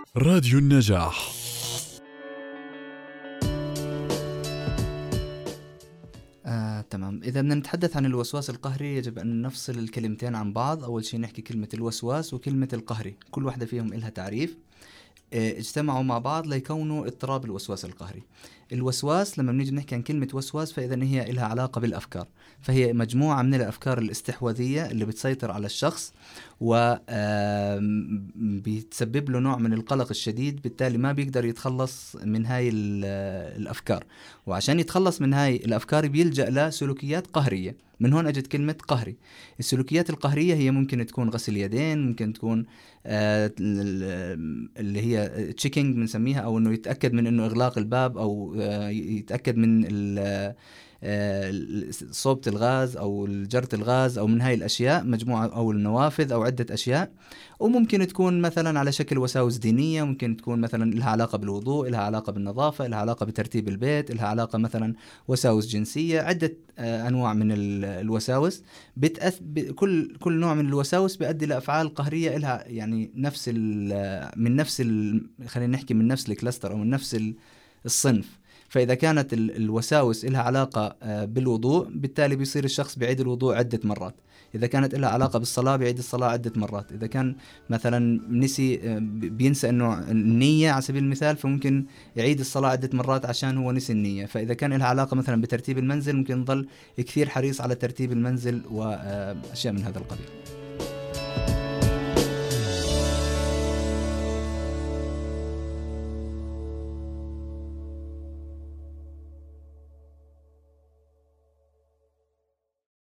راديو النجاح. تمام. إذا بدنا نتحدث عن الوسواس القهري يجب أن نفصل الكلمتين عن بعض. أول شيء نحكي كلمة الوسواس وكلمة القهري، كل واحدة فيهم إلها تعريف. اجتمعوا مع بعض ليكونوا اضطراب الوسواس القهري. الوسواس لما بنيجي نحكي عن كلمة وسواس فإذا هي إلها علاقة بالأفكار، فهي مجموعة من الأفكار الاستحواذية اللي بتسيطر على الشخص وبيتسبب له نوع من القلق الشديد، بالتالي ما بيقدر يتخلص من هاي الأفكار، وعشان يتخلص من هاي الأفكار بيلجأ لسلوكيات قهرية. من هون أجت كلمة قهري. السلوكيات القهرية هي ممكن تكون غسل يدين، ممكن تكون اللي هي تشيكينج بنسميها، أو إنه يتأكد من إنه إغلاق الباب، أو يتأكد من صوبة الغاز أو جرة الغاز، أو من هاي الأشياء مجموعة، أو النوافذ، أو عدة أشياء. وممكن تكون مثلا على شكل وساوس دينية، ممكن تكون مثلا لها علاقة بالوضوء، لها علاقة بالنظافة، لها علاقة بترتيب البيت، لها علاقة مثلا وساوس جنسية، عدة أنواع من الوساوس. كل نوع من الوساوس بيؤدي لأفعال قهرية لها يعني خلينا نحكي من نفس الكلاستر، أو من نفس الصنف. فإذا كانت الوساوس لها علاقة بالوضوء، بالتالي بيصير الشخص بيعيد الوضوء عدة مرات. إذا كانت لها علاقة بالصلاة بيعيد الصلاة عدة مرات. إذا كان مثلا بينسى إنه النية على سبيل المثال، فممكن يعيد الصلاة عدة مرات عشان هو نسي النية. فإذا كان لها علاقة مثلا بترتيب المنزل، ممكن يظل كثير حريص على ترتيب المنزل وأشياء من هذا القبيل.